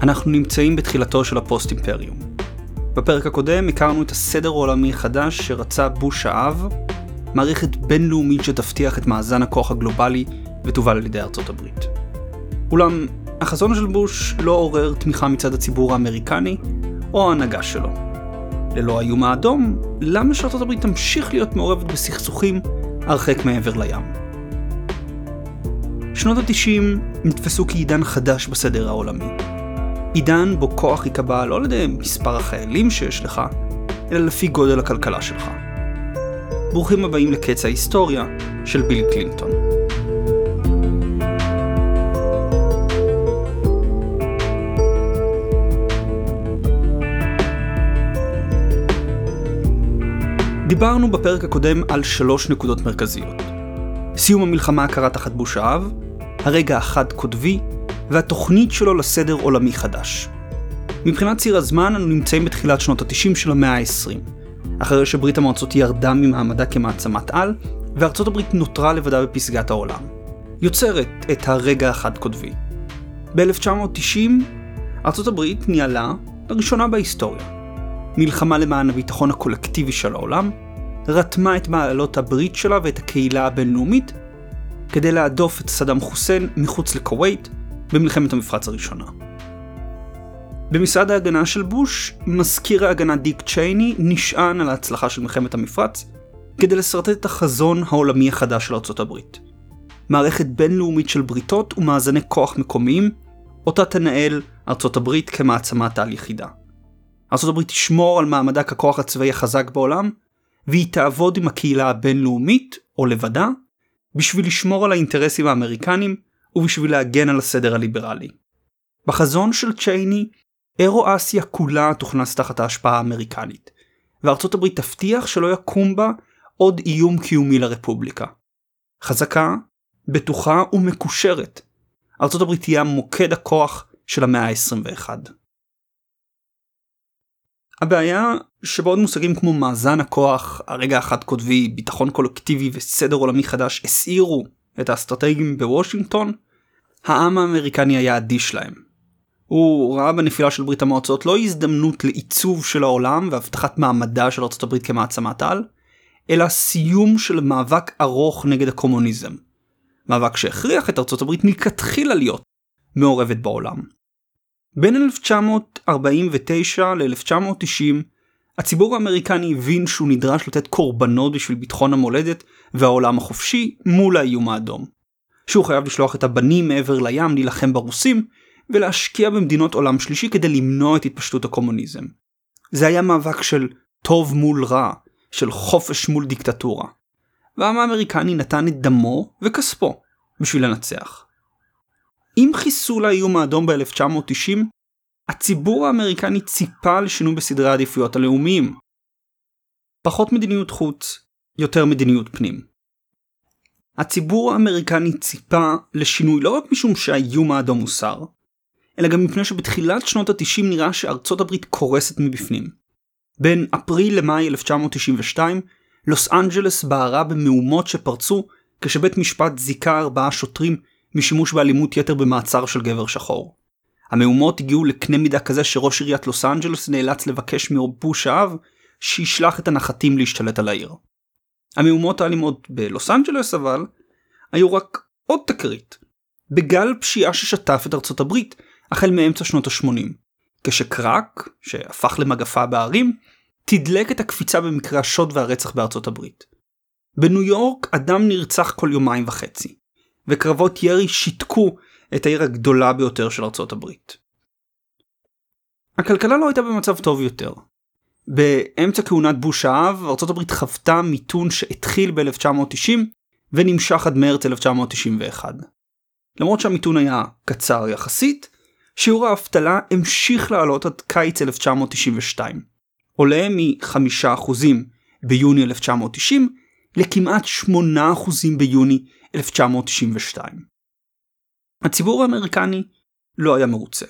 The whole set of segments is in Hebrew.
אנחנו נמצאים בתחילתו של הפוסט-אימפריום. בפרק הקודם הכרנו את הסדר העולמי החדש שרצה בוש האב, מערכת בינלאומית שתבטיח את מאזן הכוח הגלובלי ותובל על ידי ארצות הברית. אולם החזון של בוש לא עורר תמיכה מצד הציבור האמריקני או ההנהגה שלו. ללא האיום האדום, למה שארצות הברית תמשיך להיות מעורבת בסכסוכים הרחק מעבר לים? שנות ה-90 נתפסו כעידן חדש בסדר העולמי. עידן בו כוח יקבע לא על ידי מספר החיילים שיש לך, אלא לפי גודל הכלכלה שלך. ברוכים הבאים לקץ ההיסטוריה של ביל קלינטון. דיברנו בפרק הקודם על 3 נקודות מרכזיות. סיום המלחמה הקרה תחת בוש האב, הרגע החד קוטבי, והתוכנית שלו לסדר עולמי חדש. מבחינת ציר הזמן אנו נמצאים בתחילת שנות ה-90 של המאה ה-20, אחרי שברית המועצות ירדה ממעמדה כמעצמת על, וארצות הברית נותרה לבדה בפסגת העולם. יוצרת את הרגע החד קוטבי. ב-1990 ארצות הברית ניהלה לראשונה בהיסטוריה מלחמה למען הביטחון הקולקטיבי של העולם, רתמה את בעלות הברית שלה ואת הקהילה הבינלאומית כדי להדוף את סדאם חוסיין מחוץ לכווית במלחמת המפרץ הראשונה. במשרד ההגנה של בוש, מזכיר ההגנה דיק צ'ייני נשען על ההצלחה של מלחמת המפרץ כדי לסרטט את החזון העולמי החדש של ארצות הברית. מערכת בינלאומית של בריתות ומאזני כוח מקומיים, אותה תנהל ארצות הברית כמעצמת על יחידה. ארצות הברית תשמור על מעמדה ככוח הצבאי החזק בעולם, והיא תעבוד עם הקהילה הבינלאומית או לבדה, בשביל לשמור על האינטרסים האמריקנים ובשביל להגן על הסדר הליברלי. בחזון של צ'ייני, אירו-אסיה כולה תוכנס תחת ההשפעה האמריקנית, וארצות הברית תבטיח שלא יקום בה עוד איום קיומי לרפובליקה. חזקה, בטוחה ומקושרת, ארצות הברית תהיה מוקד הכוח של המאה ה-21. הבעיה שבעוד מושגים כמו מאזן הכוח, הרגע החד קוטבי, ביטחון קולקטיבי וסדר עולמי חדש הסעירו את האסטרטגים בוושינגטון, העם האמריקני היה אדיש להם. הוא ראה בנפילה של ברית המועצות לא הזדמנות לעיצוב של העולם והבטחת מעמדה של ארצות הברית כמעצמת על, אלא סיום של מאבק ארוך נגד הקומוניזם. מאבק שהכריח את ארצות הברית מלכתחילה להיות מעורבת בעולם. בין 1949 ל-1990, הציבור האמריקני הבין שהוא נדרש לתת קורבנות בשביל ביטחון המולדת והעולם החופשי מול האיום האדום. שהוא חייב לשלוח את הבנים מעבר לים להילחם ברוסים ולהשקיע במדינות עולם שלישי כדי למנוע את התפשטות הקומוניזם. זה היה מאבק של טוב מול רע, של חופש מול דיקטטורה. והעם האמריקני נתן את דמו וכספו בשביל לנצח. עם חיסול האיום האדום ב-1990, הציבור האמריקני ציפה לשינוי בסדרי העדיפויות הלאומיים. פחות מדיניות חוץ, יותר מדיניות פנים. הציבור האמריקני ציפה לשינוי לא רק משום שהאיום האדום הוסר, אלא גם מפני שבתחילת שנות ה-90 נראה שארצות הברית קורסת מבפנים. בין אפריל למאי 1992, לוס אנג'לס בערה במהומות שפרצו כשבית משפט זיכה 4 שוטרים משימוש באלימות יתר במעצר של גבר שחור. המהומות הגיעו לקנה מידה כזה שראש עיריית לוס אנג'לס נאלץ לבקש מבוש האב שישלח את הנחתים להשתלט על העיר. המהומות האלימות בלוס אנג'לס אבל היו רק עוד תקרית, בגל פשיעה ששטף את ארצות הברית החל מאמצע שנות ה-80, כשקרק, שהפך למגפה בערים, תדלק את הקפיצה במקרה השוד והרצח בארצות הברית. בניו יורק אדם נרצח כל 2.5 ימים, וקרבות ירי שיתקו את העיר הגדולה ביותר של ארצות הברית. הכלכלה לא הייתה במצב טוב יותר. באמצע כהונת בוש האב, ארצות הברית חוותה מיתון שהתחיל ב-1990 ונמשך עד מרץ 1991. למרות שהמיתון היה קצר יחסית, שיעור האבטלה המשיך לעלות עד קיץ 1992. עולה מ-5% ביוני 1990 לכמעט 8% ביוני 1992. הציבור האמריקני לא היה מרוצה.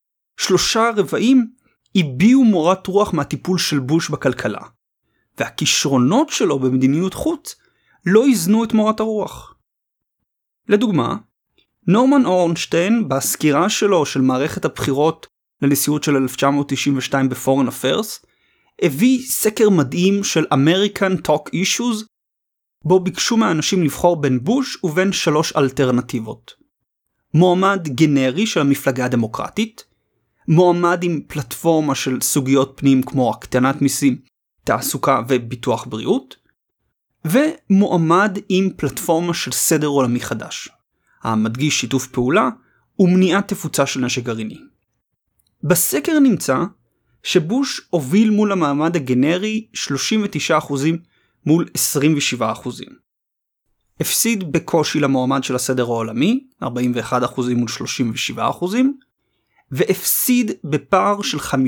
3/4 הביעו מורת רוח מהטיפול של בוש בכלכלה, והכישרונות שלו במדיניות חוץ לא הזנו את מורת הרוח. לדוגמה, נורמן אורנשטיין בסקירה שלו של מערכת הבחירות לנשיאות של 1992 בפורן אפיירס, הביא סקר מדהים של American Talk Issues, בו ביקשו מהאנשים לבחור בין בוש ובין 3 אלטרנטיבות. מועמד גנרי של המפלגה הדמוקרטית, מועמד עם פלטפורמה של סוגיות פנים כמו הקטנת מיסים, תעסוקה וביטוח בריאות, ומועמד עם פלטפורמה של סדר עולמי חדש, המדגיש שיתוף פעולה ומניעת תפוצה של נשק גרעיני. בסקר נמצא שבוש הוביל מול המעמד הגנרי 39% מול 27%. הפסיד בקושי למועמד של הסדר העולמי, 41% מול 37%, והפסיד בפער של 54%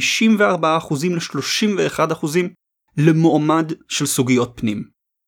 ל-31% למועמד של סוגיות פנים.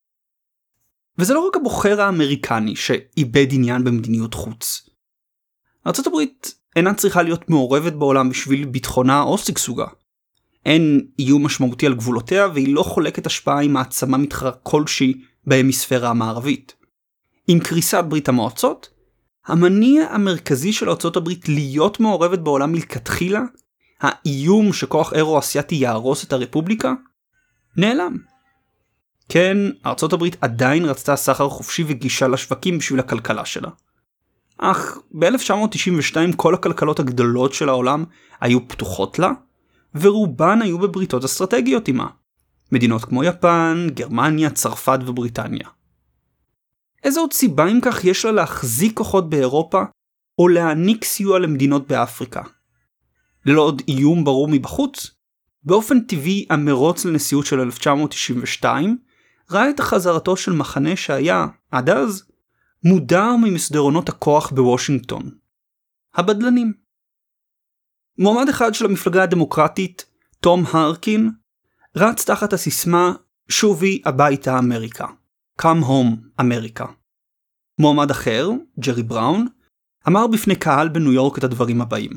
וזה לא רק הבוחר האמריקני שאיבד עניין במדיניות חוץ. ארצות הברית אינה צריכה להיות מעורבת בעולם בשביל ביטחונה או שגשוגה. אין איום משמעותי על גבולותיה והיא לא חולקת השפעה עם מעצמה מתחרה כלשהי בהמיספירה המערבית. עם קריסת ברית המועצות, המניע המרכזי של ארצות הברית להיות מעורבת בעולם מלכתחילה, האיום שכוח אירו-אסיאטי יהרוס את הרפובליקה, נעלם. כן, ארצות הברית עדיין רצתה סחר חופשי וגישה לשווקים בשביל הכלכלה שלה. אך ב-1992 כל הכלכלות הגדולות של העולם היו פתוחות לה, ורובן היו בבריתות אסטרטגיות עימה. מדינות כמו יפן, גרמניה, צרפת ובריטניה. איזו עוד סיבה אם כך יש לה להחזיק כוחות באירופה, או להעניק סיוע למדינות באפריקה? ללא עוד איום ברור מבחוץ, באופן טבעי המרוץ לנשיאות של 1992 ראה את החזרתו של מחנה שהיה, עד אז, מודר ממסדרונות הכוח בוושינגטון. הבדלנים. מועמד אחד של המפלגה הדמוקרטית, תום הרקין, רץ תחת הסיסמה שובי הביתה אמריקה. Come home אמריקה. מועמד אחר, ג'רי בראון, אמר בפני קהל בניו יורק את הדברים הבאים.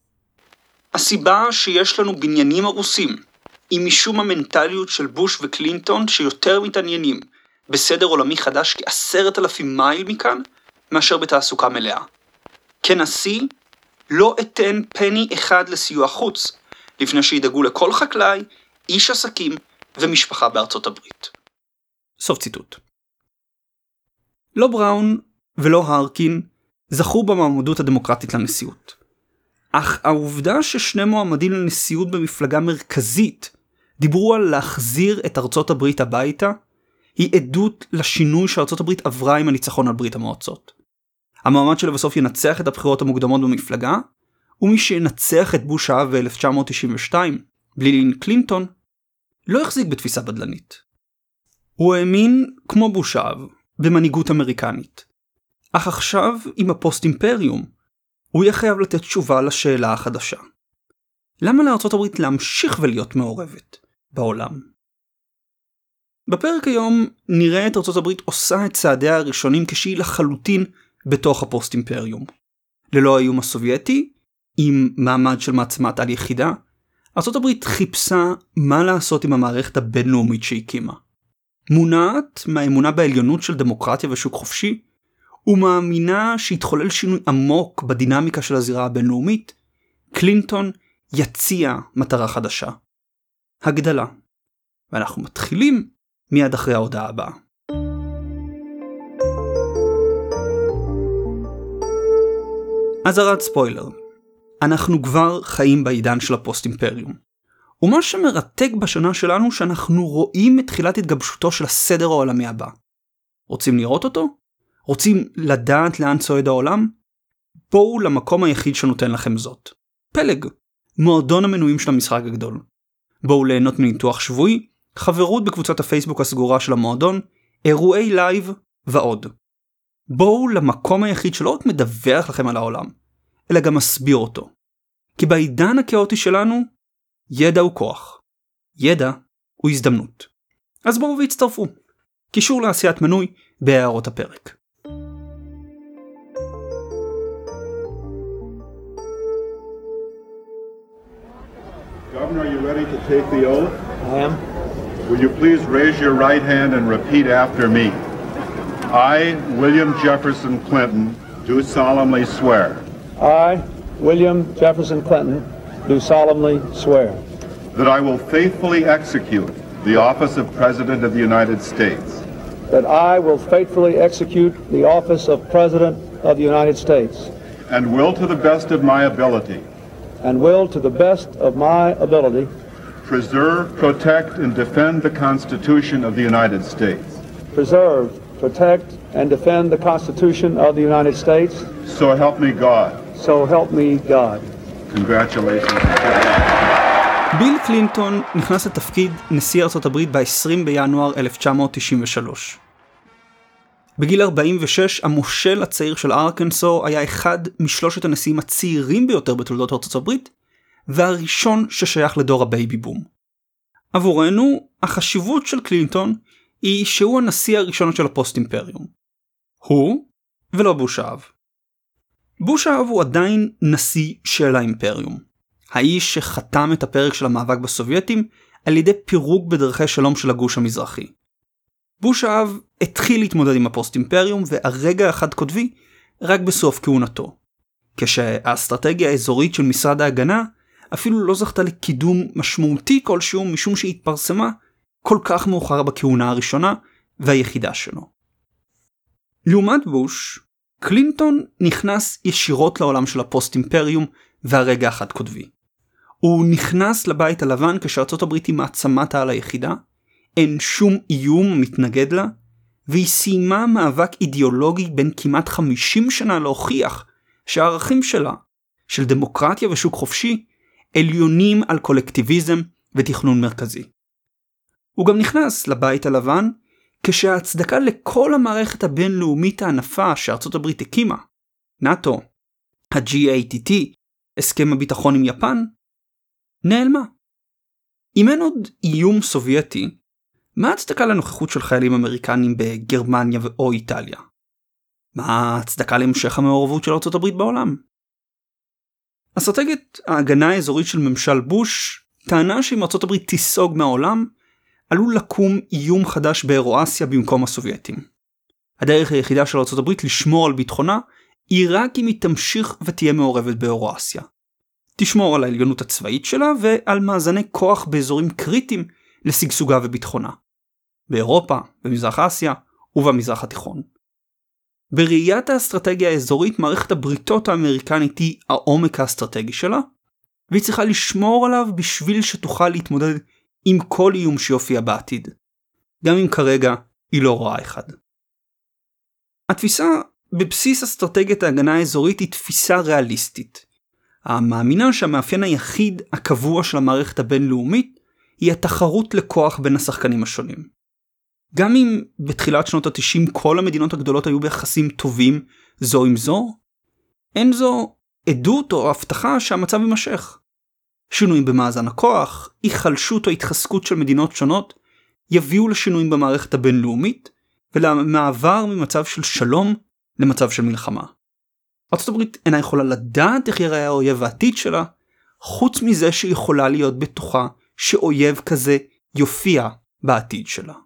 הסיבה שיש לנו בניינים הרוסים, עם משום המנטליות של בוש וקלינטון שיותר מתעניינים בסדר עולמי חדש כ10,000 מייל מכאן, מאשר בתעסוקה מלאה. כנשיא, לא אתן פני אחד לסיוע חוץ, לפני שידאגו לכל חקלאי, איש עסקים ומשפחה בארצות הברית. סוף ציטוט. לא בראון ולא הרקין זכו במועמדות הדמוקרטית לנשיאות. אך העובדה ששני מועמדים לנשיאות במפלגה מרכזית דיברו על להחזיר את ארצות הברית הביתה, היא עדות לשינוי שארצות הברית עברה עם הניצחון על ברית המועצות. המועמד שלבסוף ינצח את הבחירות המוקדמות במפלגה, ומי שינצח את בוש האב ב-1992, בלי קלינטון, לא החזיק בתפיסה בדלנית. הוא האמין, כמו בוש האב, במנהיגות אמריקנית. אך עכשיו, עם הפוסט אימפריום, הוא יהיה חייב לתת תשובה לשאלה החדשה. למה לארצות הברית להמשיך ולהיות מעורבת בעולם? בפרק היום נראה את ארצות הברית עושה את צעדיה הראשונים כשהיא לחלוטין בתוך הפוסט אימפריום. ללא האיום הסובייטי, עם מעמד של מעצמת על יחידה, ארצות הברית חיפשה מה לעשות עם המערכת הבינלאומית שהקימה. מונעת מהאמונה בעליונות של דמוקרטיה ושוק חופשי, ומאמינה שהתחולל שינוי עמוק בדינמיקה של הזירה הבינלאומית, קלינטון יציע מטרה חדשה. הגדלה. ואנחנו מתחילים מיד אחרי ההודעה הבאה. אזהרת ספוילר. אנחנו כבר חיים בעידן של הפוסט אימפריום. ומה שמרתק בשנה שלנו שאנחנו רואים את תחילת התגבשותו של הסדר העולמי הבא. רוצים לראות אותו? רוצים לדעת לאן צועד העולם? בואו למקום היחיד שנותן לכם זאת. פלג, מועדון המנויים של המשחק הגדול. בואו ליהנות מניתוח שבועי, חברות בקבוצת הפייסבוק הסגורה של המועדון, אירועי לייב ועוד. בואו למקום היחיד שלא רק מדווח לכם על העולם, אלא גם מסביר אותו. כי בעידן הכאוטי שלנו, ידע הוא כוח. ידע הוא הזדמנות. אז בואו והצטרפו. קישור לעשיית מנוי בהערות הפרק. Governor, are you ready to take the oath? I am. Will you please raise your right hand and repeat after me? I, William Jefferson Clinton, do solemnly swear I, William Jefferson Clinton, do solemnly swear that I will faithfully execute the office of President of the United States that I will faithfully execute the office of President of the United States and will to the best of my ability preserve, protect, and defend the Constitution of the United States. Preserve, protect, and defend the Constitution of the United States. So help me God. So help me God. Congratulations. ביל קלינטון נכנס לתפקיד נשיא ארצות הברית ב-20 בינואר 1993. בגיל 46, המושל הצעיר של ארקנסו היה אחד משלושת הנשיאים הצעירים ביותר בתולדות ארצות הברית, והראשון ששייך לדור הבייבי בום. עבורנו, החשיבות של קלינטון היא שהוא הנשיא הראשון של הפוסט אימפריום. הוא ולא בוש האב. בוש האב הוא עדיין נשיא של האימפריום. האיש שחתם את הפרק של המאבק בסובייטים על ידי פירוק בדרכי שלום של הגוש המזרחי. בוש האב התחיל להתמודד עם הפוסט אימפריום והרגע החד קוטבי רק בסוף כהונתו. כשהאסטרטגיה האזורית של משרד ההגנה אפילו לא זכתה לקידום משמעותי כלשהו משום שהתפרסמה כל כך מאוחר בכהונה הראשונה והיחידה שלו. לעומת בוש, קלינטון נכנס ישירות לעולם של הפוסט אימפריום והרגע החד קוטבי. הוא נכנס לבית הלבן כשארצות הברית היא מעצמת העל היחידה, אין שום איום מתנגד לה, והיא סיימה מאבק אידיאולוגי בין כמעט 50 שנה להוכיח שהערכים שלה, של דמוקרטיה ושוק חופשי, עליונים על קולקטיביזם ותכנון מרכזי. הוא גם נכנס לבית הלבן כשההצדקה לכל המערכת הבינלאומית הענפה שארצות הברית הקימה, נאטו, ה-GATT, הסכם הביטחון עם יפן, נעלמה. אם אין עוד איום סובייטי, מה ההצדקה לנוכחות של חיילים אמריקנים בגרמניה או איטליה? מה ההצדקה להמשך המעורבות של ארצות הברית בעולם? אסטרטגיית ההגנה האזורית של ממשל בוש טענה שאם ארצות הברית תיסוג מהעולם, עלול לקום איום חדש באירואסיה במקום הסובייטים. הדרך היחידה של ארצות הברית לשמור על ביטחונה היא רק אם היא תמשיך ותהיה מעורבת באירואסיה. תשמור על העליונות הצבאית שלה ועל מאזני כוח באזורים קריטיים לשגשוגה וביטחונה. באירופה, במזרח אסיה ובמזרח התיכון. בראיית האסטרטגיה האזורית, מערכת הבריתות האמריקנית היא העומק האסטרטגי שלה, והיא צריכה לשמור עליו בשביל שתוכל להתמודד עם כל איום שיופיע בעתיד, גם אם כרגע היא לא רואה אחד. התפיסה בבסיס אסטרטגיית ההגנה האזורית היא תפיסה ריאליסטית, המאמינה שהמאפיין היחיד הקבוע של המערכת הבינלאומית היא התחרות לכוח בין השחקנים השונים. גם אם בתחילת שנות ה-90 כל המדינות הגדולות היו ביחסים טובים זו עם זו, אין זו עדות או הבטחה שהמצב יימשך. שינויים במאזן הכוח, היחלשות או התחזקות של מדינות שונות, יביאו לשינויים במערכת הבינלאומית, ולמעבר ממצב של שלום למצב של מלחמה. ארצות הברית אינה יכולה לדעת איך יראה האויב העתיד שלה, חוץ מזה שהיא יכולה להיות בטוחה שאויב כזה יופיע בעתיד שלה.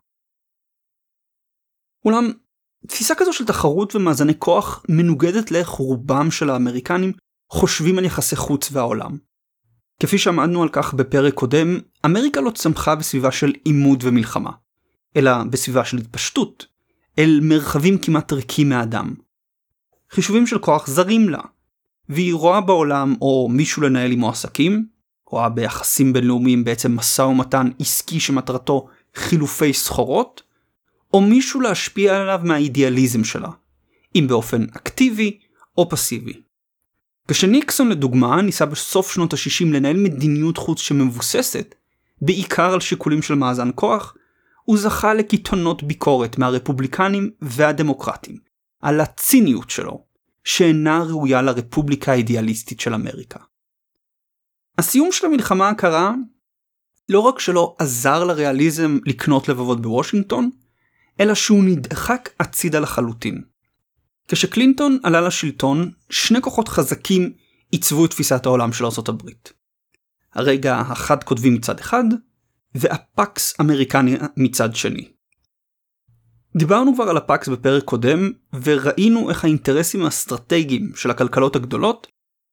אולם, תפיסה כזו של תחרות ומאזני כוח מנוגדת לאיך רובם של האמריקנים חושבים על יחסי חוץ והעולם. כפי שעמדנו על כך בפרק קודם, אמריקה לא צמחה בסביבה של עימות ומלחמה, אלא בסביבה של התפשטות, אל מרחבים כמעט ריקים מהאדם. חישובים של כוח זרים לה, והיא רואה בעולם או מישהו לנהל עם עסקים, רואה ביחסים בינלאומיים בעצם משא ומתן עסקי שמטרתו חילופי סחורות, או מישהו להשפיע עליו מהאידיאליזם שלה, אם באופן אקטיבי או פסיבי. כשניקסון לדוגמה ניסה בסוף שנות ה-60 לנהל מדיניות חוץ שמבוססת, בעיקר על שיקולים של מאזן כוח, הוא זכה לקיתונות ביקורת מהרפובליקנים והדמוקרטים, על הציניות שלו, שאינה ראויה לרפובליקה האידיאליסטית של אמריקה. הסיום של המלחמה הקרה, לא רק שלא עזר לריאליזם לקנות לבבות בוושינגטון, אלא שהוא נדחק הצידה לחלוטין. כשקלינטון עלה לשלטון, שני כוחות חזקים עיצבו את תפיסת העולם של ארצות הברית. הרגע החד קוטבי מצד אחד, והפקס אמריקני מצד שני. דיברנו כבר על הפקס בפרק קודם, וראינו איך האינטרסים האסטרטגיים של הכלכלות הגדולות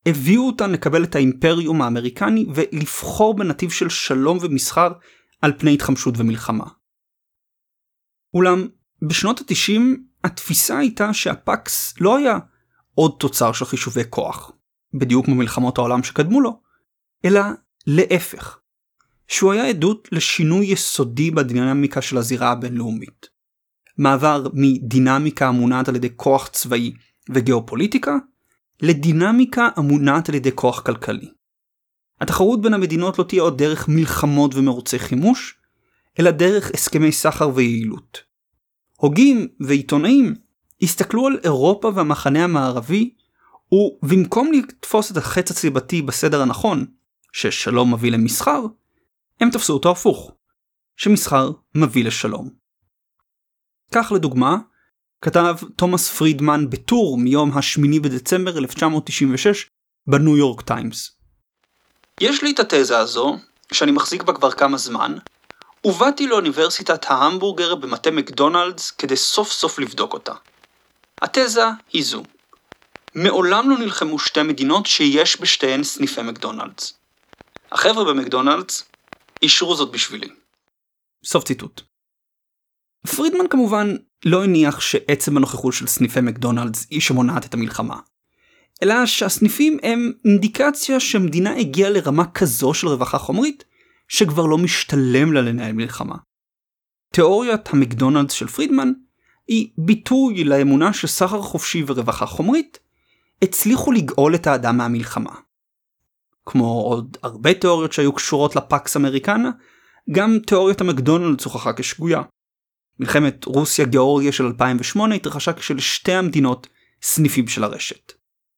הביאו אותן לקבל את האימפריום האמריקני ולבחור בנתיב של שלום ומסחר על פני התחמשות ומלחמה. אולם בשנות ה-90 התפיסה הייתה שהפקס לא היה עוד תוצר של חישובי כוח, בדיוק כמו מלחמות העולם שקדמו לו, אלא להפך, שהוא היה עדות לשינוי יסודי בדינמיקה של הזירה הבינלאומית. מעבר מדינמיקה המונעת על ידי כוח צבאי וגיאופוליטיקה, לדינמיקה המונעת על ידי כוח כלכלי. התחרות בין המדינות לא תהיה עוד דרך מלחמות ומרוצי חימוש, אלא דרך הסכמי סחר ויעילות. הוגים ועיתונאים הסתכלו על אירופה והמחנה המערבי, ובמקום לתפוס את החץ הסיבתי בסדר הנכון, ששלום מביא למסחר, הם תפסו אותו הפוך, שמסחר מביא לשלום. כך לדוגמה, כתב תומאס פרידמן בטור מיום ה-8 בדצמבר 1996 בניו יורק טיימס. יש לי את התזה הזו, שאני מחזיק בה כבר כמה זמן, ובאתי לאוניברסיטת ההמבורגר במטה מקדונלדס כדי סוף סוף לבדוק אותה. התזה היא זו. מעולם לא נלחמו שתי מדינות שיש בשתיהן סניפי מקדונלדס. החבר'ה במקדונלדס אישרו זאת בשבילי. סוף ציטוט. פרידמן כמובן לא הניח שעצם הנוכחות של סניפי מקדונלדס היא שמונעת את המלחמה, אלא שהסניפים הם אינדיקציה שמדינה הגיעה לרמה כזו של רווחה חומרית, שכבר לא משתלם לה לנהל מלחמה. תיאוריית המקדונלדס של פרידמן היא ביטוי לאמונה שסחר חופשי ורווחה חומרית הצליחו לגאול את האדם מהמלחמה. כמו עוד הרבה תיאוריות שהיו קשורות לפקס אמריקנה, גם תיאוריית המקדונלדס הוכחה כשגויה. מלחמת רוסיה-גיאורגיה של 2008 התרחשה כשלשתי המדינות סניפים של הרשת.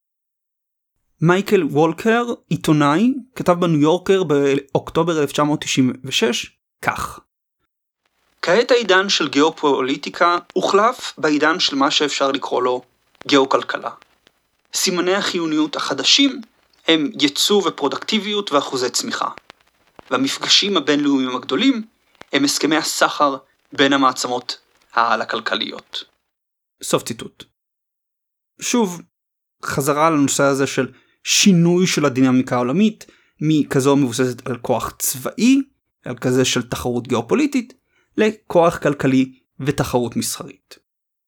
מייקל וולקר, עיתונאי, כתב בניו יורקר באוקטובר 1996 כך: כעת העידן של גיאופוליטיקה הוחלף בעידן של מה שאפשר לקרוא לו גיאוקלכלה. סימני החיוניות החדשים הם ייצוא ופרודקטיביות ואחוזי צמיחה. והמפגשים הבינלאומיים הגדולים הם הסכמי הסחר בין המעצמות העל הכלכליות. סוף ציטוט. שוב, חזרה לנושא הזה של שינוי של הדינמיקה העולמית, מכזו מבוססת על כוח צבאי, על כזה של תחרות גיאופוליטית, לכוח כלכלי ותחרות מסחרית.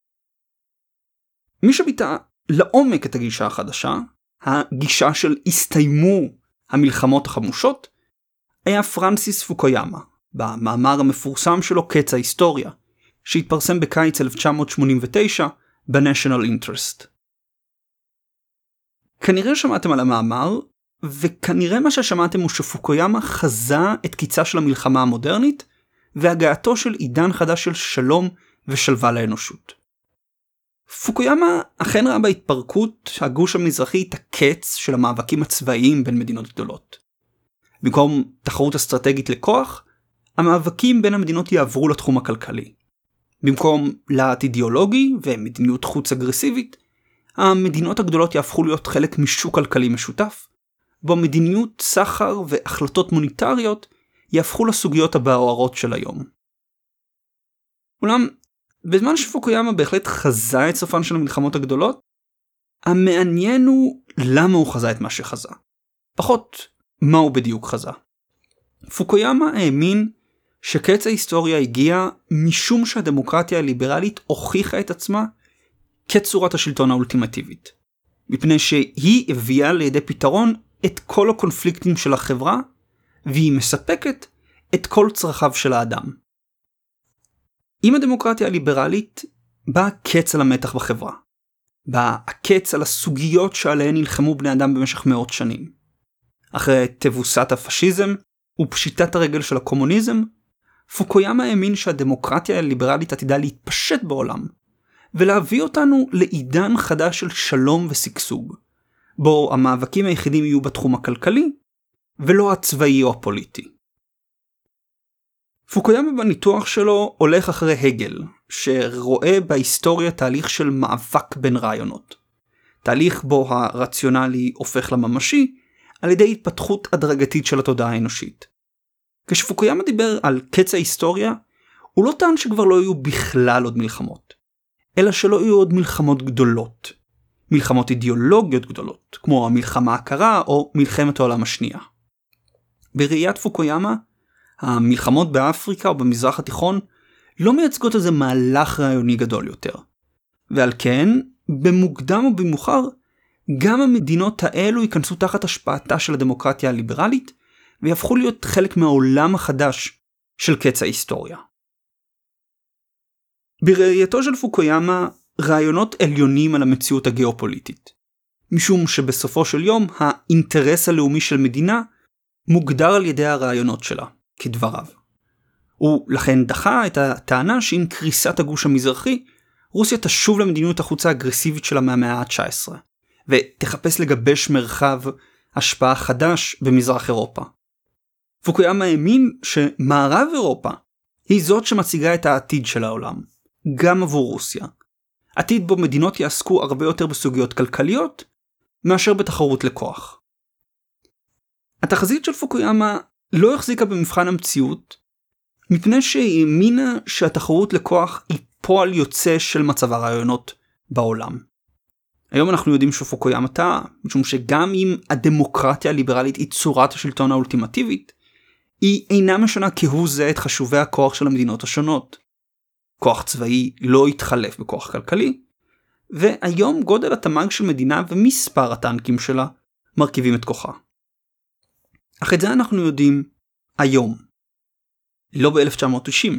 מי שביטא לעומק את הגישה החדשה, הגישה של הסתיימו המלחמות החמושות, היה פרנסיס פוקויאמה, במאמר המפורסם שלו קץ ההיסטוריה, שהתפרסם בקיץ 1989 ב-National Interest. כנראה שמעתם על המאמר, וכנראה מה ששמעתם הוא שפוקויאמה חזה את קיצה של המלחמה המודרנית, והגעתו של עידן חדש של שלום ושלווה לאנושות. פוקויאמה אכן ראה בהתפרקות הגוש המזרחי את הקץ של המאבקים הצבאיים בין מדינות גדולות. במקום תחרות אסטרטגית לכוח, המאבקים בין המדינות יעברו לתחום הכלכלי. במקום להט אידיאולוגי ומדיניות חוץ אגרסיבית, המדינות הגדולות יהפכו להיות חלק משוק כלכלי משותף, בו מדיניות, סחר והחלטות מוניטריות יהפכו לסוגיות הבוערות של היום. אולם, בזמן שפוקויאמה בהחלט חזה את סופן של המלחמות הגדולות, המעניין הוא למה הוא חזה את מה שחזה. פחות מה הוא בדיוק חזה. פוקויאמה האמין שקץ ההיסטוריה הגיע משום שהדמוקרטיה הליברלית הוכיחה את עצמה כצורת השלטון האולטימטיבית. מפני שהיא הביאה לידי פתרון את כל הקונפליקטים של החברה, והיא מספקת את כל צרכיו של האדם. עם הדמוקרטיה הליברלית בא קץ על המתח בחברה. בא הקץ על הסוגיות שעליהן נלחמו בני אדם במשך מאות שנים. אחרי תבוסת הפשיזם ופשיטת הרגל של הקומוניזם, פוקויאמה האמין שהדמוקרטיה הליברלית עתידה להתפשט בעולם, ולהביא אותנו לעידן חדש של שלום וסגסוג, בו המאבקים היחידים יהיו בתחום הכלכלי, ולא הצבאי או הפוליטי. פוקויאמה בניתוח שלו הולך אחרי הגל, שרואה בהיסטוריה תהליך של מאבק בין רעיונות. תהליך בו הרציונלי הופך לממשי, על ידי התפתחות הדרגתית של התודעה האנושית. כשפוקויאמה דיבר על קץ ההיסטוריה, הוא לא טען שכבר לא יהיו בכלל עוד מלחמות, אלא שלא יהיו עוד מלחמות גדולות. מלחמות אידיאולוגיות גדולות, כמו המלחמה הקרה או מלחמת העולם השנייה. בראיית פוקויאמה, המלחמות באפריקה או במזרח התיכון לא מייצגות איזה מהלך רעיוני גדול יותר. ועל כן, במוקדם או במאוחר, גם המדינות האלו ייכנסו תחת השפעתה של הדמוקרטיה הליברלית, ויהפכו להיות חלק מהעולם החדש של קץ ההיסטוריה. בראייתו של פוקויאמה, רעיונות עליונים על המציאות הגיאופוליטית. משום שבסופו של יום, האינטרס הלאומי של מדינה מוגדר על ידי הרעיונות שלה, כדבריו. הוא לכן דחה את הטענה שעם קריסת הגוש המזרחי, רוסיה תשוב למדיניות החוץ האגרסיבית שלה מהמאה ה-19, ותחפש לגבש מרחב השפעה חדש במזרח אירופה. פוקויאמה האמין שמערב אירופה היא זאת שמציגה את העתיד של העולם, גם עבור רוסיה. עתיד בו מדינות יעסקו הרבה יותר בסוגיות כלכליות, מאשר בתחרות לכוח. התחזית של פוקויאמה לא החזיקה במבחן המציאות, מפני שהיא האמינה שהתחרות לכוח היא פועל יוצא של מצב הרעיונות בעולם. היום אנחנו יודעים שפוקויאמה טעה, משום שגם אם הדמוקרטיה הליברלית היא צורת השלטון האולטימטיבית, היא אינה משנה כהוא זה את חשובי הכוח של המדינות השונות. כוח צבאי לא יתחלף בכוח כלכלי, והיום גודל התמ"ג של מדינה ומספר הטנקים שלה מרכיבים את כוחה. אך את זה אנחנו יודעים היום, לא ב-1990.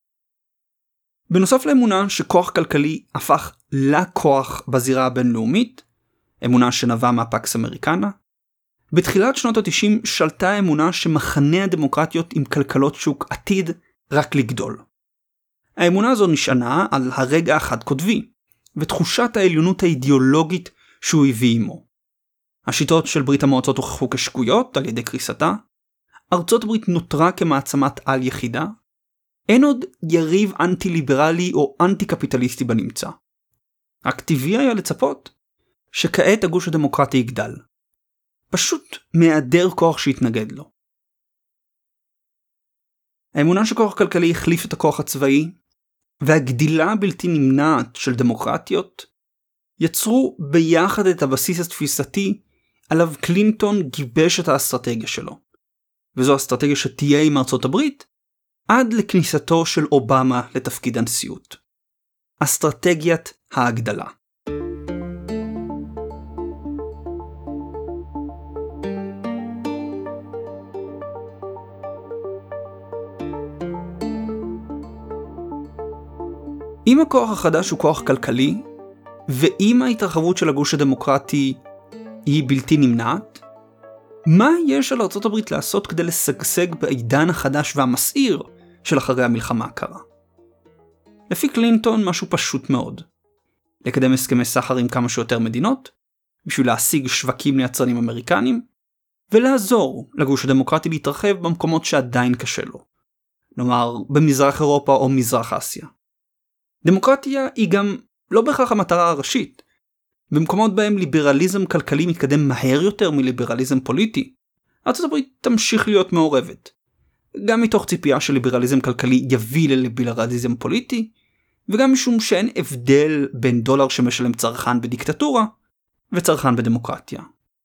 בנוסף לאמונה שכוח כלכלי הפך לכוח בזירה הבינלאומית, אמונה שנבעה מהפקס אמריקנה, בתחילת שנות ה-90 שלטה האמונה שמחנה הדמוקרטיות עם כלכלות שוק עתיד רק לגדול. האמונה הזו נשענה על הרגע החד קוטבי, ותחושת העליונות האידיאולוגית שהוא הביא עמו. השיטות של ברית המועצות הוכחו כשגויות על ידי קריסתה, ארצות הברית נותרה כמעצמת על יחידה, אין עוד יריב אנטי-ליברלי או אנטי-קפיטליסטי בנמצא. רק טבעי היה לצפות שכעת הגוש הדמוקרטי יגדל. פשוט מהיעדר כוח שהתנגד לו. האמונה שכוח כלכלי החליף את הכוח הצבאי, והגדילה הבלתי נמנעת של דמוקרטיות, יצרו ביחד את הבסיס התפיסתי עליו קלינטון גיבש את האסטרטגיה שלו. וזו אסטרטגיה שתהיה עם ארצות הברית, עד לכניסתו של אובמה לתפקיד הנשיאות. אסטרטגיית ההגדלה. אם הכוח החדש הוא כוח כלכלי, ואם ההתרחבות של הגוש הדמוקרטי היא בלתי נמנעת, מה יש על ארצות הברית לעשות כדי לשגשג בעידן החדש והמסעיר של אחרי המלחמה הקרה? לפי קלינטון משהו פשוט מאוד. לקדם הסכמי סחר עם כמה שיותר מדינות, בשביל להשיג שווקים ליצרנים אמריקנים, ולעזור לגוש הדמוקרטי להתרחב במקומות שעדיין קשה לו. נאמר, במזרח אירופה או מזרח אסיה. דמוקרטיה היא גם לא בהכרח המטרה הראשית. במקומות בהם ליברליזם כלכלי מתקדם מהר יותר מליברליזם פוליטי, ארצות הברית תמשיך להיות מעורבת. גם מתוך ציפייה שליברליזם כלכלי יביא לליברליזם פוליטי, וגם משום שאין הבדל בין דולר שמשלם צרכן בדיקטטורה, וצרכן בדמוקרטיה.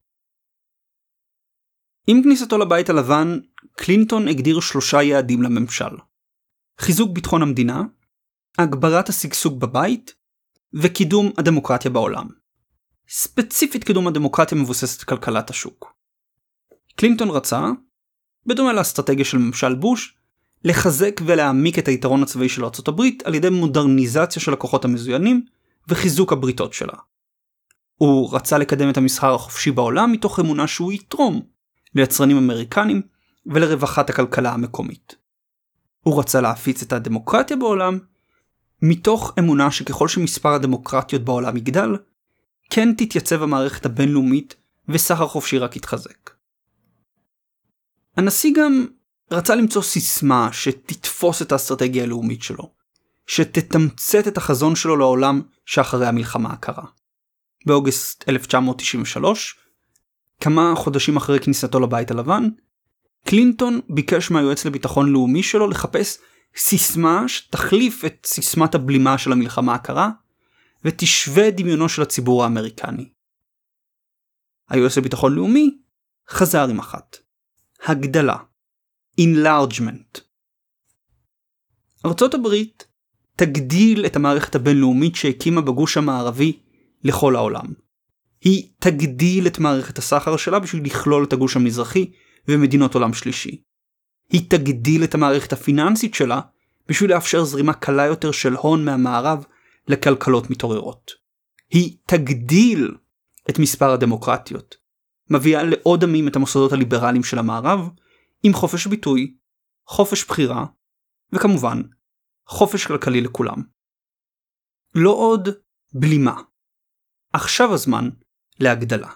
עם כניסתו לבית הלבן, קלינטון הגדיר 3 יעדים לממשל. חיזוק ביטחון המדינה, הגברת השגשוג בבית, וקידום הדמוקרטיה בעולם. ספציפית קידום הדמוקרטיה מבוססת כלכלת השוק. קלינטון רצה, בדומה לאסטרטגיה של ממשל בוש, לחזק ולהעמיק את היתרון הצבאי של ארצות הברית על ידי מודרניזציה של הכוחות המזוינים וחיזוק הבריתות שלה. הוא רצה לקדם את המסחר החופשי בעולם מתוך אמונה שהוא יתרום ליצרנים אמריקנים ולרווחת הכלכלה המקומית. הוא רצה להפיץ את הדמוקרטיה בעולם מתוך אמונה שככל שמספר הדמוקרטיות בעולם יגדל, כן תתייצב המערכת הבינלאומית וסחר חופשי רק יתחזק. הנשיא גם רצה למצוא סיסמה שתתפוס את האסטרטגיה הלאומית שלו, שתתמצת את החזון שלו לעולם שאחרי המלחמה הקרה. באוגוסט 1993, כמה חודשים אחרי כניסתו לבית הלבן, קלינטון ביקש מהיועץ לביטחון לאומי שלו לחפש סיסמה שתחליף את סיסמת הבלימה של המלחמה הקרה, ותשווה דמיונו של הציבור האמריקני. היועץ לביטחון לאומי חזר עם אחת. הגדלה. Enlargement. ארצות הברית תגדיל את המערכת הבינלאומית שהקימה בגוש המערבי לכל העולם. היא תגדיל את מערכת הסחר שלה בשביל לכלול את הגוש המזרחי ומדינות עולם שלישי. היא תגדיל את המערכת הפיננסית שלה בשביל לאפשר זרימה קלה יותר של הון מהמערב לכלכלות מתעוררות. היא תגדיל את מספר הדמוקרטיות, מביאה לעוד עמים את המוסדות הליברליים של המערב, עם חופש ביטוי, חופש בחירה, וכמובן, חופש כלכלי לכולם. לא עוד בלימה. עכשיו הזמן להגדלה.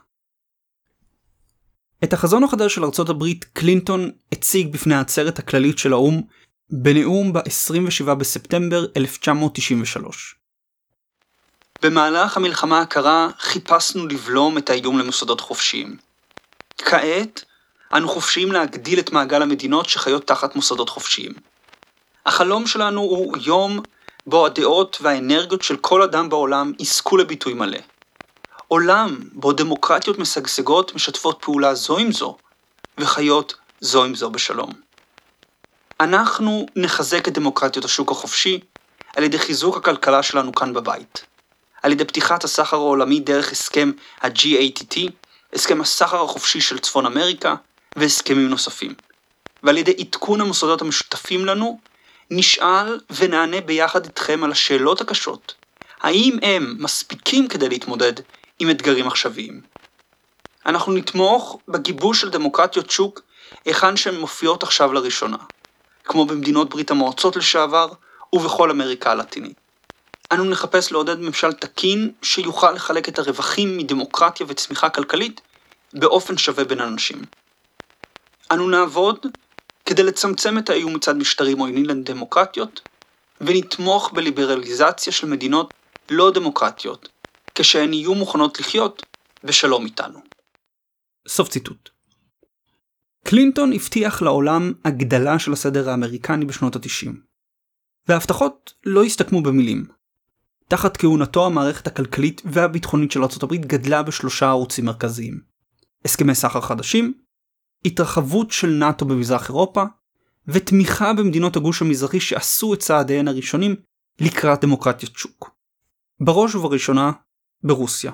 את החזון החדש של ארצות הברית קלינטון הציג בפני העצרת הכללית של האו"ם בנאום ב-27 בספטמבר 1993. במהלך המלחמה הקרה חיפשנו לבלום את האיום למוסדות חופשיים. כעת אנו חופשיים להגדיל את מעגל המדינות שחיות תחת מוסדות חופשיים. החלום שלנו הוא יום בו הדעות והאנרגיות של כל אדם בעולם יזכו לביטוי מלא. עולם בו דמוקרטיות משגשגות משתפות פעולה זו עם זו, וחיות זו עם זו בשלום. אנחנו נחזק את דמוקרטיות השוק החופשי על ידי חיזוק הכלכלה שלנו כאן בבית. על ידי פתיחת הסחר העולמי דרך הסכם ה-GATT, הסכם הסחר החופשי של צפון אמריקה והסכמים נוספים. ועל ידי עדכון המוסדות המשותפים לנו, נשאל ונענה ביחד איתכם על השאלות הקשות. האם הם מספיקים כדי להתמודד עם אתגרים עכשוויים? אנחנו נתמוך בגיבוש של דמוקרטיות שוק היכן שהן מופיעות עכשיו לראשונה, כמו במדינות ברית המועצות לשעבר ובכל אמריקה הלטינית. אנו נחפש לעודד ממשל תקין שיוכל לחלק את הרווחים מדמוקרטיה וצמיחה כלכלית באופן שווה בין אנשים. אנו נעבוד כדי לצמצם את האיום מצד משטרים עוינים לדמוקרטיות, ונתמוך בליברליזציה של מדינות לא דמוקרטיות, כשהן יהיו מוכנות לחיות בשלום איתנו. סוף ציטוט. קלינטון הבטיח לעולם הגדלה של הסדר האמריקני בשנות ה-90. וההבטחות לא הסתכמו במילים. תחת כהונתו המערכת הכלכלית והביטחונית של ארצות הברית גדלה בשלושה ערוצים מרכזיים. הסכמי סחר חדשים, התרחבות של נאטו במזרח אירופה, ותמיכה במדינות הגוש המזרחי שעשו את צעדיהן הראשונים לקראת דמוקרטיות שוק. בראש ובראשונה, ברוסיה.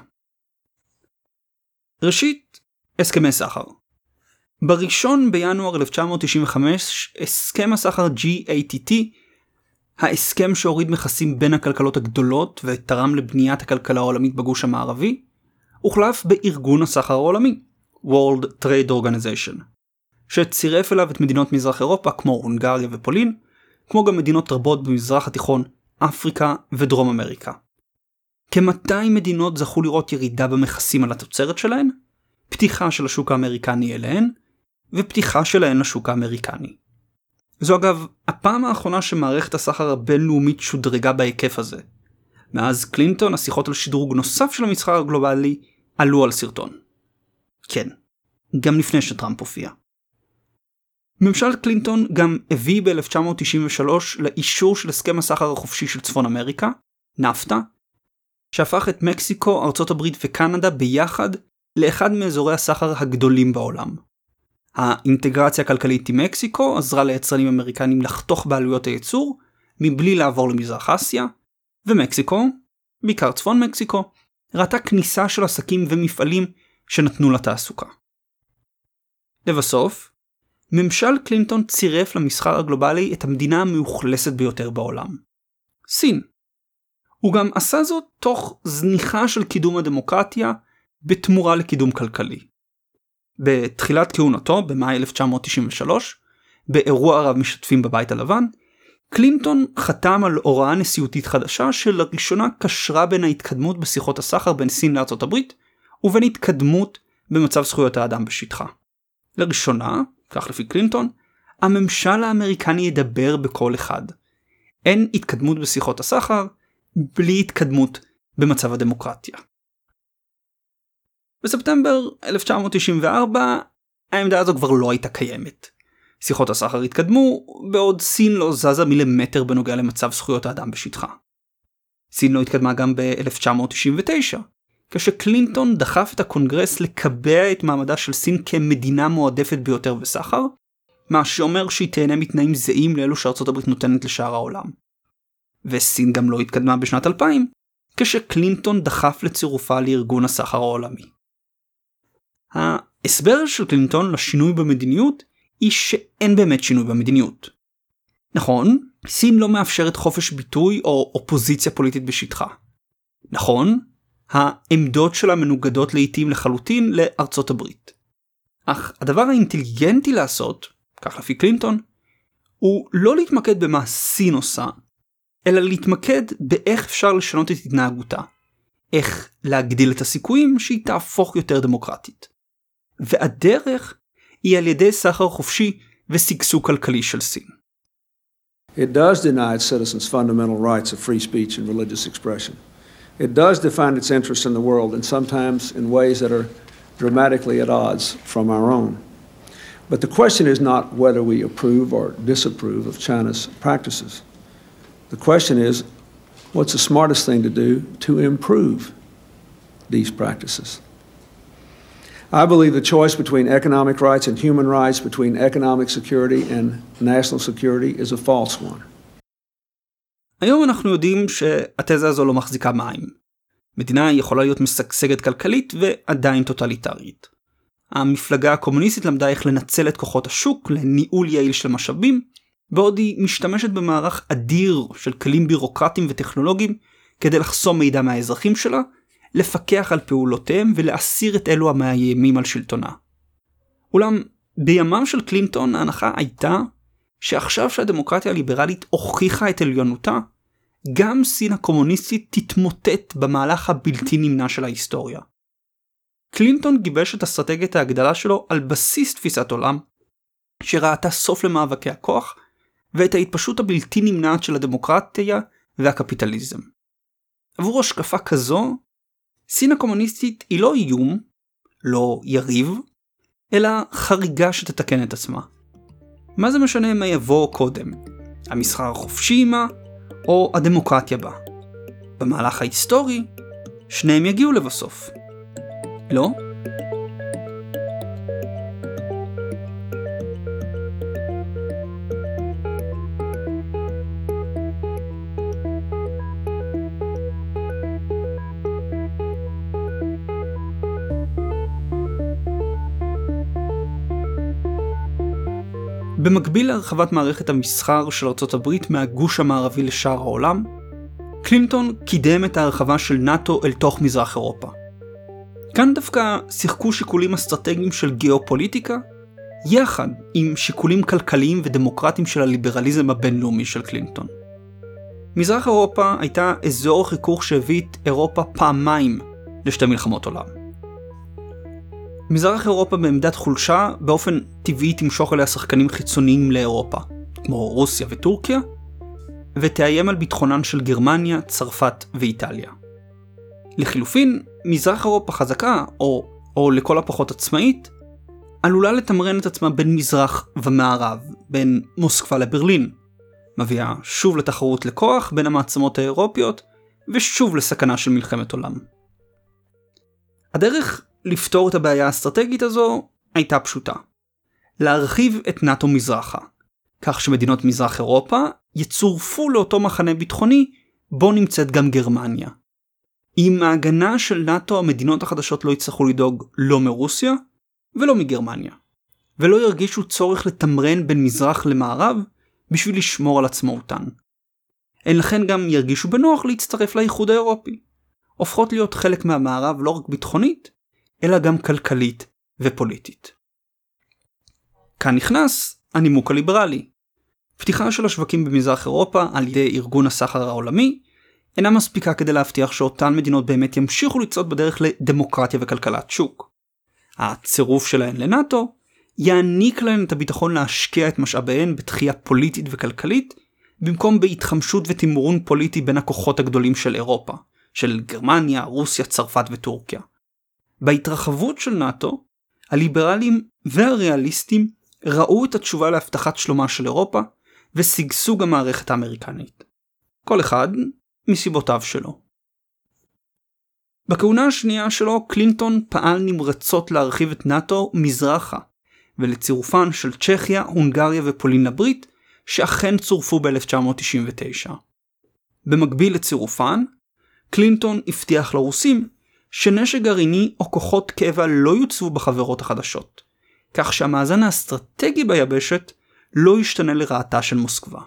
ראשית, הסכמי סחר. בראשון בינואר 1995, הסכם הסחר GATT, ההסכם שהוריד מכסים בין הכלכלות הגדולות ותרם לבניית הכלכלה העולמית בגוש המערבי, הוחלף בארגון הסחר העולמי, World Trade Organization, שצירף אליו את מדינות מזרח אירופה כמו הונגריה ופולין, כמו גם מדינות רבות במזרח התיכון, אפריקה ודרום אמריקה. כ-200 מדינות זכו לראות ירידה במכסים על התוצרת שלהן, פתיחה של השוק האמריקני אליהן, ופתיחה שלהן לשוק האמריקני. זו אגב הפעם האחרונה שמערכת הסחר הבינלאומית שודרגה בהיקף הזה. מאז קלינטון השיחות על שדרוג נוסף של המסחר הגלובלי עלו על סרטון. כן, גם לפני שטראמפ הופיע. ממשל קלינטון גם הביא ב-1993 לאישור של הסכם הסחר החופשי של צפון אמריקה, נפטה, שהפך את מקסיקו, ארצות הברית וקנדה ביחד לאחד מאזורי הסחר הגדולים בעולם. האינטגרציה הכלכלית עם מקסיקו עזרה ליצרנים אמריקנים לחתוך בעלויות הייצור מבלי לעבור למזרח אסיה, ומקסיקו, בעיקר צפון מקסיקו, ראתה כניסה של עסקים ומפעלים שנתנו לתעסוקה. לבסוף, ממשל קלינטון צירף למסחר הגלובלי את המדינה המאוכלסת ביותר בעולם, סין. הוא גם עשה זאת תוך זניחה של קידום הדמוקרטיה בתמורה לקידום כלכלי. בתחילת כהונתו, במאי 1993, באירוע רב משתתפים בבית הלבן, קלינטון חתם על הוראה נשיאותית חדשה שלראשונה קשרה בין ההתקדמות בשיחות הסחר בין סין לארצות הברית, ובין התקדמות במצב זכויות האדם בשטחה. לראשונה, כך לפי קלינטון, הממשל האמריקני ידבר בקול אחד. אין התקדמות בשיחות הסחר, בלי התקדמות במצב הדמוקרטיה. בספטמבר 1994, העמדה הזו כבר לא הייתה קיימת. שיחות הסחר התקדמו, בעוד סין לא זזה מילימטר בנוגע למצב זכויות האדם בשטחה. סין לא התקדמה גם ב-1999, כשקלינטון דחף את הקונגרס לקבע את מעמדה של סין כמדינה מועדפת ביותר בסחר, מה שאומר שהיא תהנה מתנאים זהים לאלו שארצות הברית נותנת לשאר העולם. וסין גם לא התקדמה בשנת 2000, כשקלינטון דחף לצירופה לארגון הסחר העולמי. ההסבר של קלינטון לשינוי במדיניות היא שאין באמת שינוי במדיניות. נכון, סין לא מאפשרת חופש ביטוי או אופוזיציה פוליטית בשטחה. נכון, העמדות שלה מנוגדות לעתים לחלוטין לארצות הברית. אך הדבר האינטליגנטי לעשות, כך לפי קלינטון, הוא לא להתמקד במה סין עושה, אלא להתמקד באיך אפשר לשנות את התנהגותה. איך להגדיל את הסיכויים שהיא תהפוך יותר דמוקרטית. והדרך היא על ידי סחר חופשי ושגשוג כלכלי של סין. It does deny its citizens fundamental rights of free speech and religious expression. It does define its interests in the world, and sometimes in ways that are dramatically at odds from our own. But the question is not whether we approve or disapprove of China's practices. The question is, what's the smartest thing to do to improve these practices? I believe the choice between economic rights and human rights, between economic security and national security, is a false one. היום אנחנו יודעים שהתזה הזו לא מחזיקה מים. מדינה יכולה להיות משגשגת כלכלית ועדיין טוטליטרית. המפלגה הקומוניסטית למדה איך לנצל את כוחות השוק לניהול יעיל של משאבים, בעוד היא משתמשת במערך אדיר של כלים בירוקרטיים וטכנולוגיים כדי לחסום מידע מהאזרחים שלה, לפקח על פעולותיהם ולהסיר את אלו המאיימים על שלטונה. אולם בימם של קלינטון ההנחה הייתה שעכשיו שהדמוקרטיה הליברלית הוכיחה את עליונותה, גם סין הקומוניסטית תתמוטט במהלך הבלתי נמנע של ההיסטוריה. קלינטון גיבש את אסטרטגיית ההגדלה שלו על בסיס תפיסת עולם, שראתה סוף למאבקי הכוח, ואת ההתפשטות הבלתי נמנעת של הדמוקרטיה והקפיטליזם. עבור השקפה כזו, סין הקומוניסטית היא לא איום, לא יריב, אלא חריגה שתתקן את עצמה. מה זה משנה מה יבוא קודם? המסחר החופשי עמה, או הדמוקרטיה בה? במהלך ההיסטורי, שניהם יגיעו לבסוף. לא? במקביל להרחבת מערכת המסחר של ארצות הברית מהגוש המערבי לשאר העולם, קלינטון קידם את ההרחבה של נאטו אל תוך מזרח אירופה. כאן דווקא שיחקו שיקולים אסטרטגיים של גיאופוליטיקה, יחד עם שיקולים כלכליים ודמוקרטיים של הליברליזם הבינלאומי של קלינטון. מזרח אירופה הייתה אזור חיכוך שהביא את אירופה פעמיים לשתי מלחמות עולם. מזרח אירופה בעמדת חולשה באופן טבעי תמשוך אליה שחקנים חיצוניים לאירופה, כמו רוסיה וטורקיה, ותאיים על ביטחונן של גרמניה, צרפת ואיטליה. לחילופין, מזרח אירופה חזקה, או לכל הפחות עצמאית, עלולה לתמרן את עצמה בין מזרח ומערב, בין מוסקבה לברלין, מביאה שוב לתחרות לכוח בין המעצמות האירופיות, ושוב לסכנה של מלחמת עולם. הדרך לפתור את הבעיה האסטרטגית הזו הייתה פשוטה. להרחיב את נאטו מזרחה, כך שמדינות מזרח אירופה יצורפו לאותו מחנה ביטחוני בו נמצאת גם גרמניה. עם ההגנה של נאטו המדינות החדשות לא יצטרכו לדאוג לא מרוסיה ולא מגרמניה, ולא ירגישו צורך לתמרן בין מזרח למערב בשביל לשמור על עצמאותן. הן לכן גם ירגישו בנוח להצטרף לאיחוד האירופי, הופכות להיות חלק מהמערב לא רק ביטחונית, אלא גם כלכלית ופוליטית. כאן נכנס הנימוק הליברלי. פתיחה של השווקים במזרח אירופה על ידי ארגון הסחר העולמי אינה מספיקה כדי להבטיח שאותן מדינות באמת ימשיכו לצעוד בדרך לדמוקרטיה וכלכלת שוק. הצירוף שלהן לנאטו יעניק להן את הביטחון להשקיע את משאביהן בתחייה פוליטית וכלכלית, במקום בהתחמשות ותימורון פוליטי בין הכוחות הגדולים של אירופה, של גרמניה, רוסיה, צרפת וטורקיה. בהתרחבות של נאטו, הליברלים והריאליסטים ראו את התשובה להבטחת שלומה של אירופה ושגשוג המערכת האמריקנית. כל אחד מסיבותיו שלו. בכהונה השנייה שלו, קלינטון פעל נמרצות להרחיב את נאט"ו מזרחה, ולצירופן של צ'כיה, הונגריה ופולין לברית, שאכן צורפו ב-1999. במקביל לצירופן, קלינטון הבטיח לרוסים שנשק גרעיני או כוחות קבע לא יוצבו בחברות החדשות, כך שהמאזן האסטרטגי ביבשת לא ישתנה לרעתה של מוסקבה.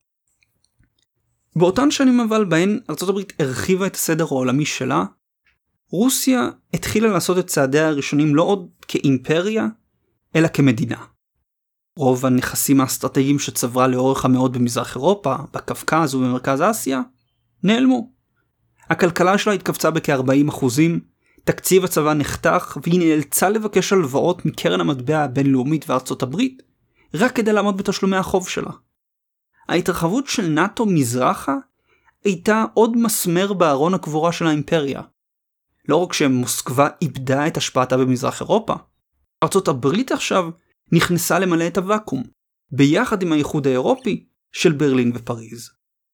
באותן שנים אבל בהן ארצות הברית הרחיבה את הסדר העולמי שלה, רוסיה התחילה לעשות את צעדיה הראשונים לא עוד כאימפריה, אלא כמדינה. רוב הנכסים האסטרטגיים שצברה לאורך המאות במזרח אירופה, בקווקז ובמרכז אסיה, נעלמו. הכלכלה שלה התכווצה בכ-40%, תקציב הצבא נחתך, והיא נאלצה לבקש הלוואות מקרן המטבע הבינלאומית וארצות הברית, רק כדי לעמוד בתשלומי החוב שלה. ההתרחבות של נאט"ו מזרחה הייתה עוד מסמר בארון הקבורה של האימפריה. לא רק שמוסקבה איבדה את השפעתה במזרח אירופה, ארצות הברית עכשיו נכנסה למלא את הוואקום, ביחד עם האיחוד האירופי של ברלין ופריז.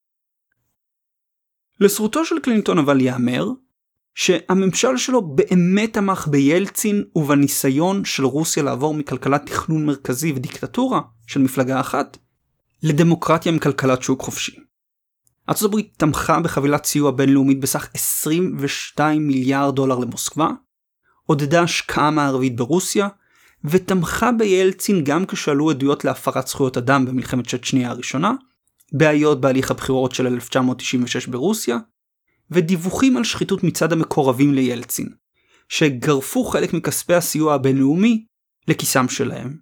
לזכותו של קלינטון אבל יאמר, שהממשל שלו באמת תמך בילצין ובניסיון של רוסיה לעבור מכלכלת תכנון מרכזי ודיקטטורה של מפלגה אחת, לדמוקרטיה עם כלכלת שוק חופשי. ארצות הברית תמכה בחבילת סיוע בינלאומית בסך $22 מיליארד למוסקבה, עודדה השקעה מערבית ברוסיה, ותמכה בילצין גם כשעלו עדויות להפרת זכויות אדם במלחמת צ'צ'ניה הראשונה, בעיות בהליך הבחירות של 1996 ברוסיה, ודיווחים על שחיתות מצד המקורבים לילצין, שגרפו חלק מכספי הסיוע הבינלאומי לכיסם שלהם.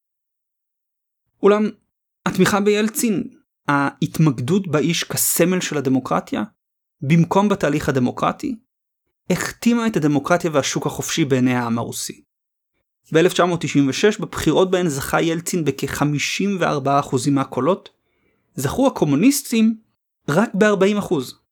אולם התמיכה בילצין, ההתמקדות באיש כסמל של הדמוקרטיה, במקום בתהליך הדמוקרטי, הכתימה את הדמוקרטיה והשוק החופשי בעיני העם הרוסי. ב-1996, בבחירות בהן זכה ילצין בכ-54% מהקולות, זכו הקומוניסטים רק ב-40%.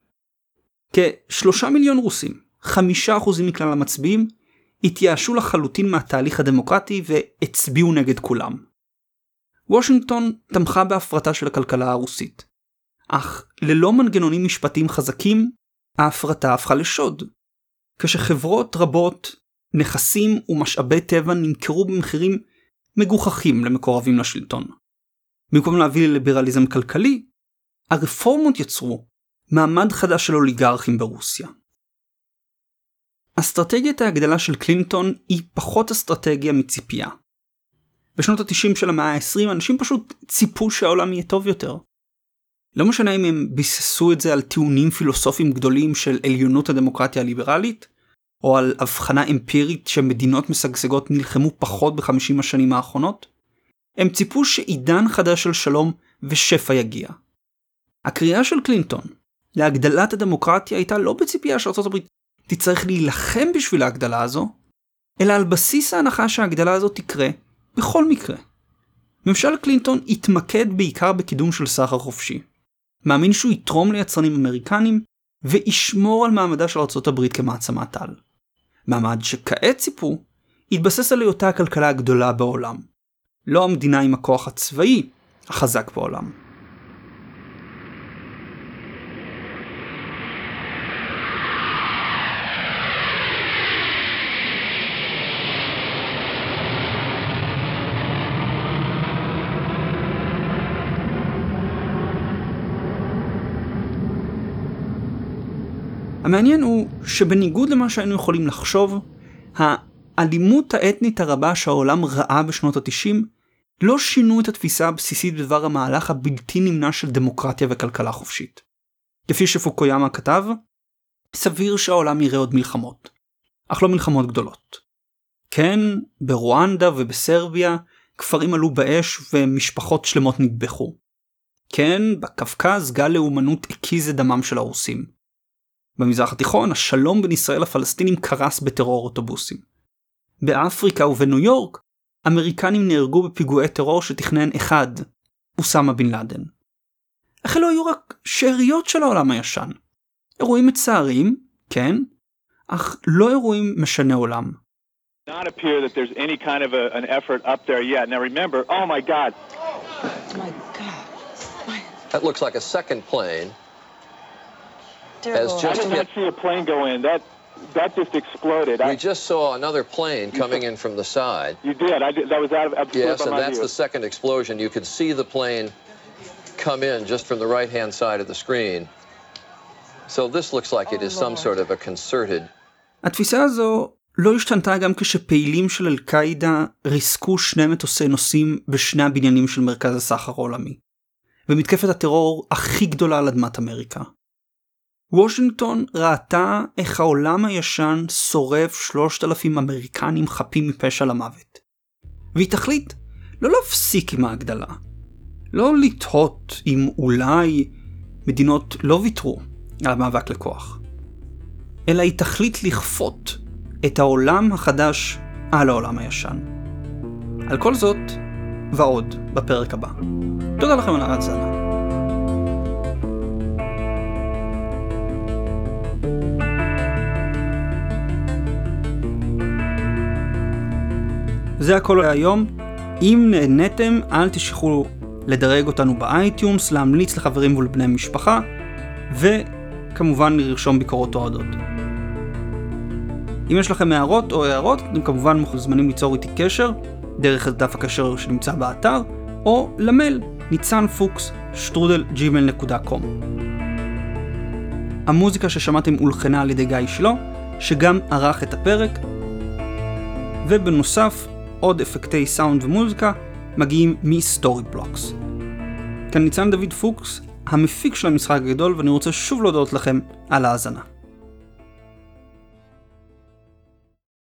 כ-3 מיליון רוסים, 5% מכלל המצביעים, התייאשו לחלוטין מהתהליך הדמוקרטי והצביעו נגד כולם. וושינגטון תמכה בהפרטה של הכלכלה הרוסית, אך ללא מנגנונים משפטיים חזקים, ההפרטה הפכה לשוד. כשחברות רבות, נכסים ומשאבי טבע נמכרו במחירים מגוחכים למקורבים לשלטון. במקום להביא לליברליזם כלכלי, הרפורמות יצרו מעמד חדש של אוליגרכים ברוסיה. אסטרטגיית ההגדלה של קלינטון היא פחות אסטרטגיה מציפייה. בשנות ה-90 של המאה ה-20 אנשים פשוט ציפו שהעולם יהיה טוב יותר. לא משנה אם הם ביססו את זה על טיעונים פילוסופיים גדולים של עליונות הדמוקרטיה הליברלית, או על הבחנה אמפירית שמדינות משגשגות נלחמו פחות ב-50 השנים האחרונות, הם ציפו שעידן חדש של שלום ושפע יגיע. הקריאה של קלינטון להגדלת הדמוקרטיה הייתה לא בציפייה שארצות הברית תצטרך להילחם בשביל ההגדלה הזו, אלא על בסיס ההנחה שההגדלה הזו תקרה בכל מקרה. ממשל קלינטון התמקד בעיקר בקידום של סחר חופשי. מאמין שהוא יתרום ליצרנים אמריקנים וישמור על מעמדה של ארצות הברית כמעצמת על. מעמד שכעת ציפו התבסס על היותה הכלכלה הגדולה בעולם. לא המדינה עם הכוח הצבאי החזק בעולם. המעניין הוא שבניגוד למה שהיינו יכולים לחשוב, האלימות האתנית הרבה שהעולם ראה בשנות ה-90 לא שינו את התפיסה הבסיסית בדבר המהלך הבלתי נמנע של דמוקרטיה וכלכלה חופשית. כפי שפוקויאמה כתב, סביר שהעולם יראה עוד מלחמות, אך לא מלחמות גדולות. כן, ברואנדה ובסרביה כפרים עלו באש ומשפחות שלמות נטבחו. כן, בקווקז גל לאומנות הקיז את דמם של הרוסים. במזרח התיכון, השלום בין ישראל לפלסטינים קרס בטרור אוטובוסים. באפריקה ובניו יורק, אמריקנים נהרגו בפיגועי טרור שתכנן אחד, אוסמה בן לאדן. אך אלו היו רק שאריות של העולם הישן. אירועים מצערים, כן, אך לא אירועים משנה עולם. Not appear that there's any kind of an effort up there yet. Now remember, oh my God. That looks like a second plane. As I just did not hit, see a plane go in. That just exploded. we just saw another plane coming in from the side. You did. That was out of absolute Yes, and that's the second explosion. You could see the plane come in just from the right-hand side of the screen. So this looks like it is some sort of a concerted. התפיסה הזו לא השתנתה גם כשפעילים של אל-קאידה ריסקו 2 מטוסי נוסעים בשני הבניינים של מרכז הסחר העולמי, במתקפת הטרור הכי גדולה על אדמת אמריקה. וושינגטון ראתה איך העולם הישן שורף 3,000 אמריקנים חפים מפשע למוות. והיא תחליט לא להפסיק עם ההגדלה, לא לתהות אם אולי מדינות לא ויתרו על המאבק לכוח, אלא היא תחליט לכפות את העולם החדש על העולם הישן. על כל זאת ועוד בפרק הבא. תודה לכם על ההאזנה. זה הכל להיום. אם נהניתם, אל תשכחו לדרג אותנו באייטיונס, להמליץ לחברים ולבני משפחה, וכמובן לרשום ביקורות אוהדות. אם יש לכם הערות, אתם כמובן מוזמנים ליצור איתי קשר דרך דף הקשר שנמצא באתר, או למייל nitzanfuchs@gmail.com. המוזיקה ששמעתם הולחנה על ידי גיא שלו, שגם ערך את הפרק, ובנוסף עוד אפקטי סאונד ומוזיקה מגיעים מסטורי בלוקס. כאן ניצן דוד פוקס, המפיק של המשחק הגדול, ואני רוצה שוב להודות לכם על ההאזנה.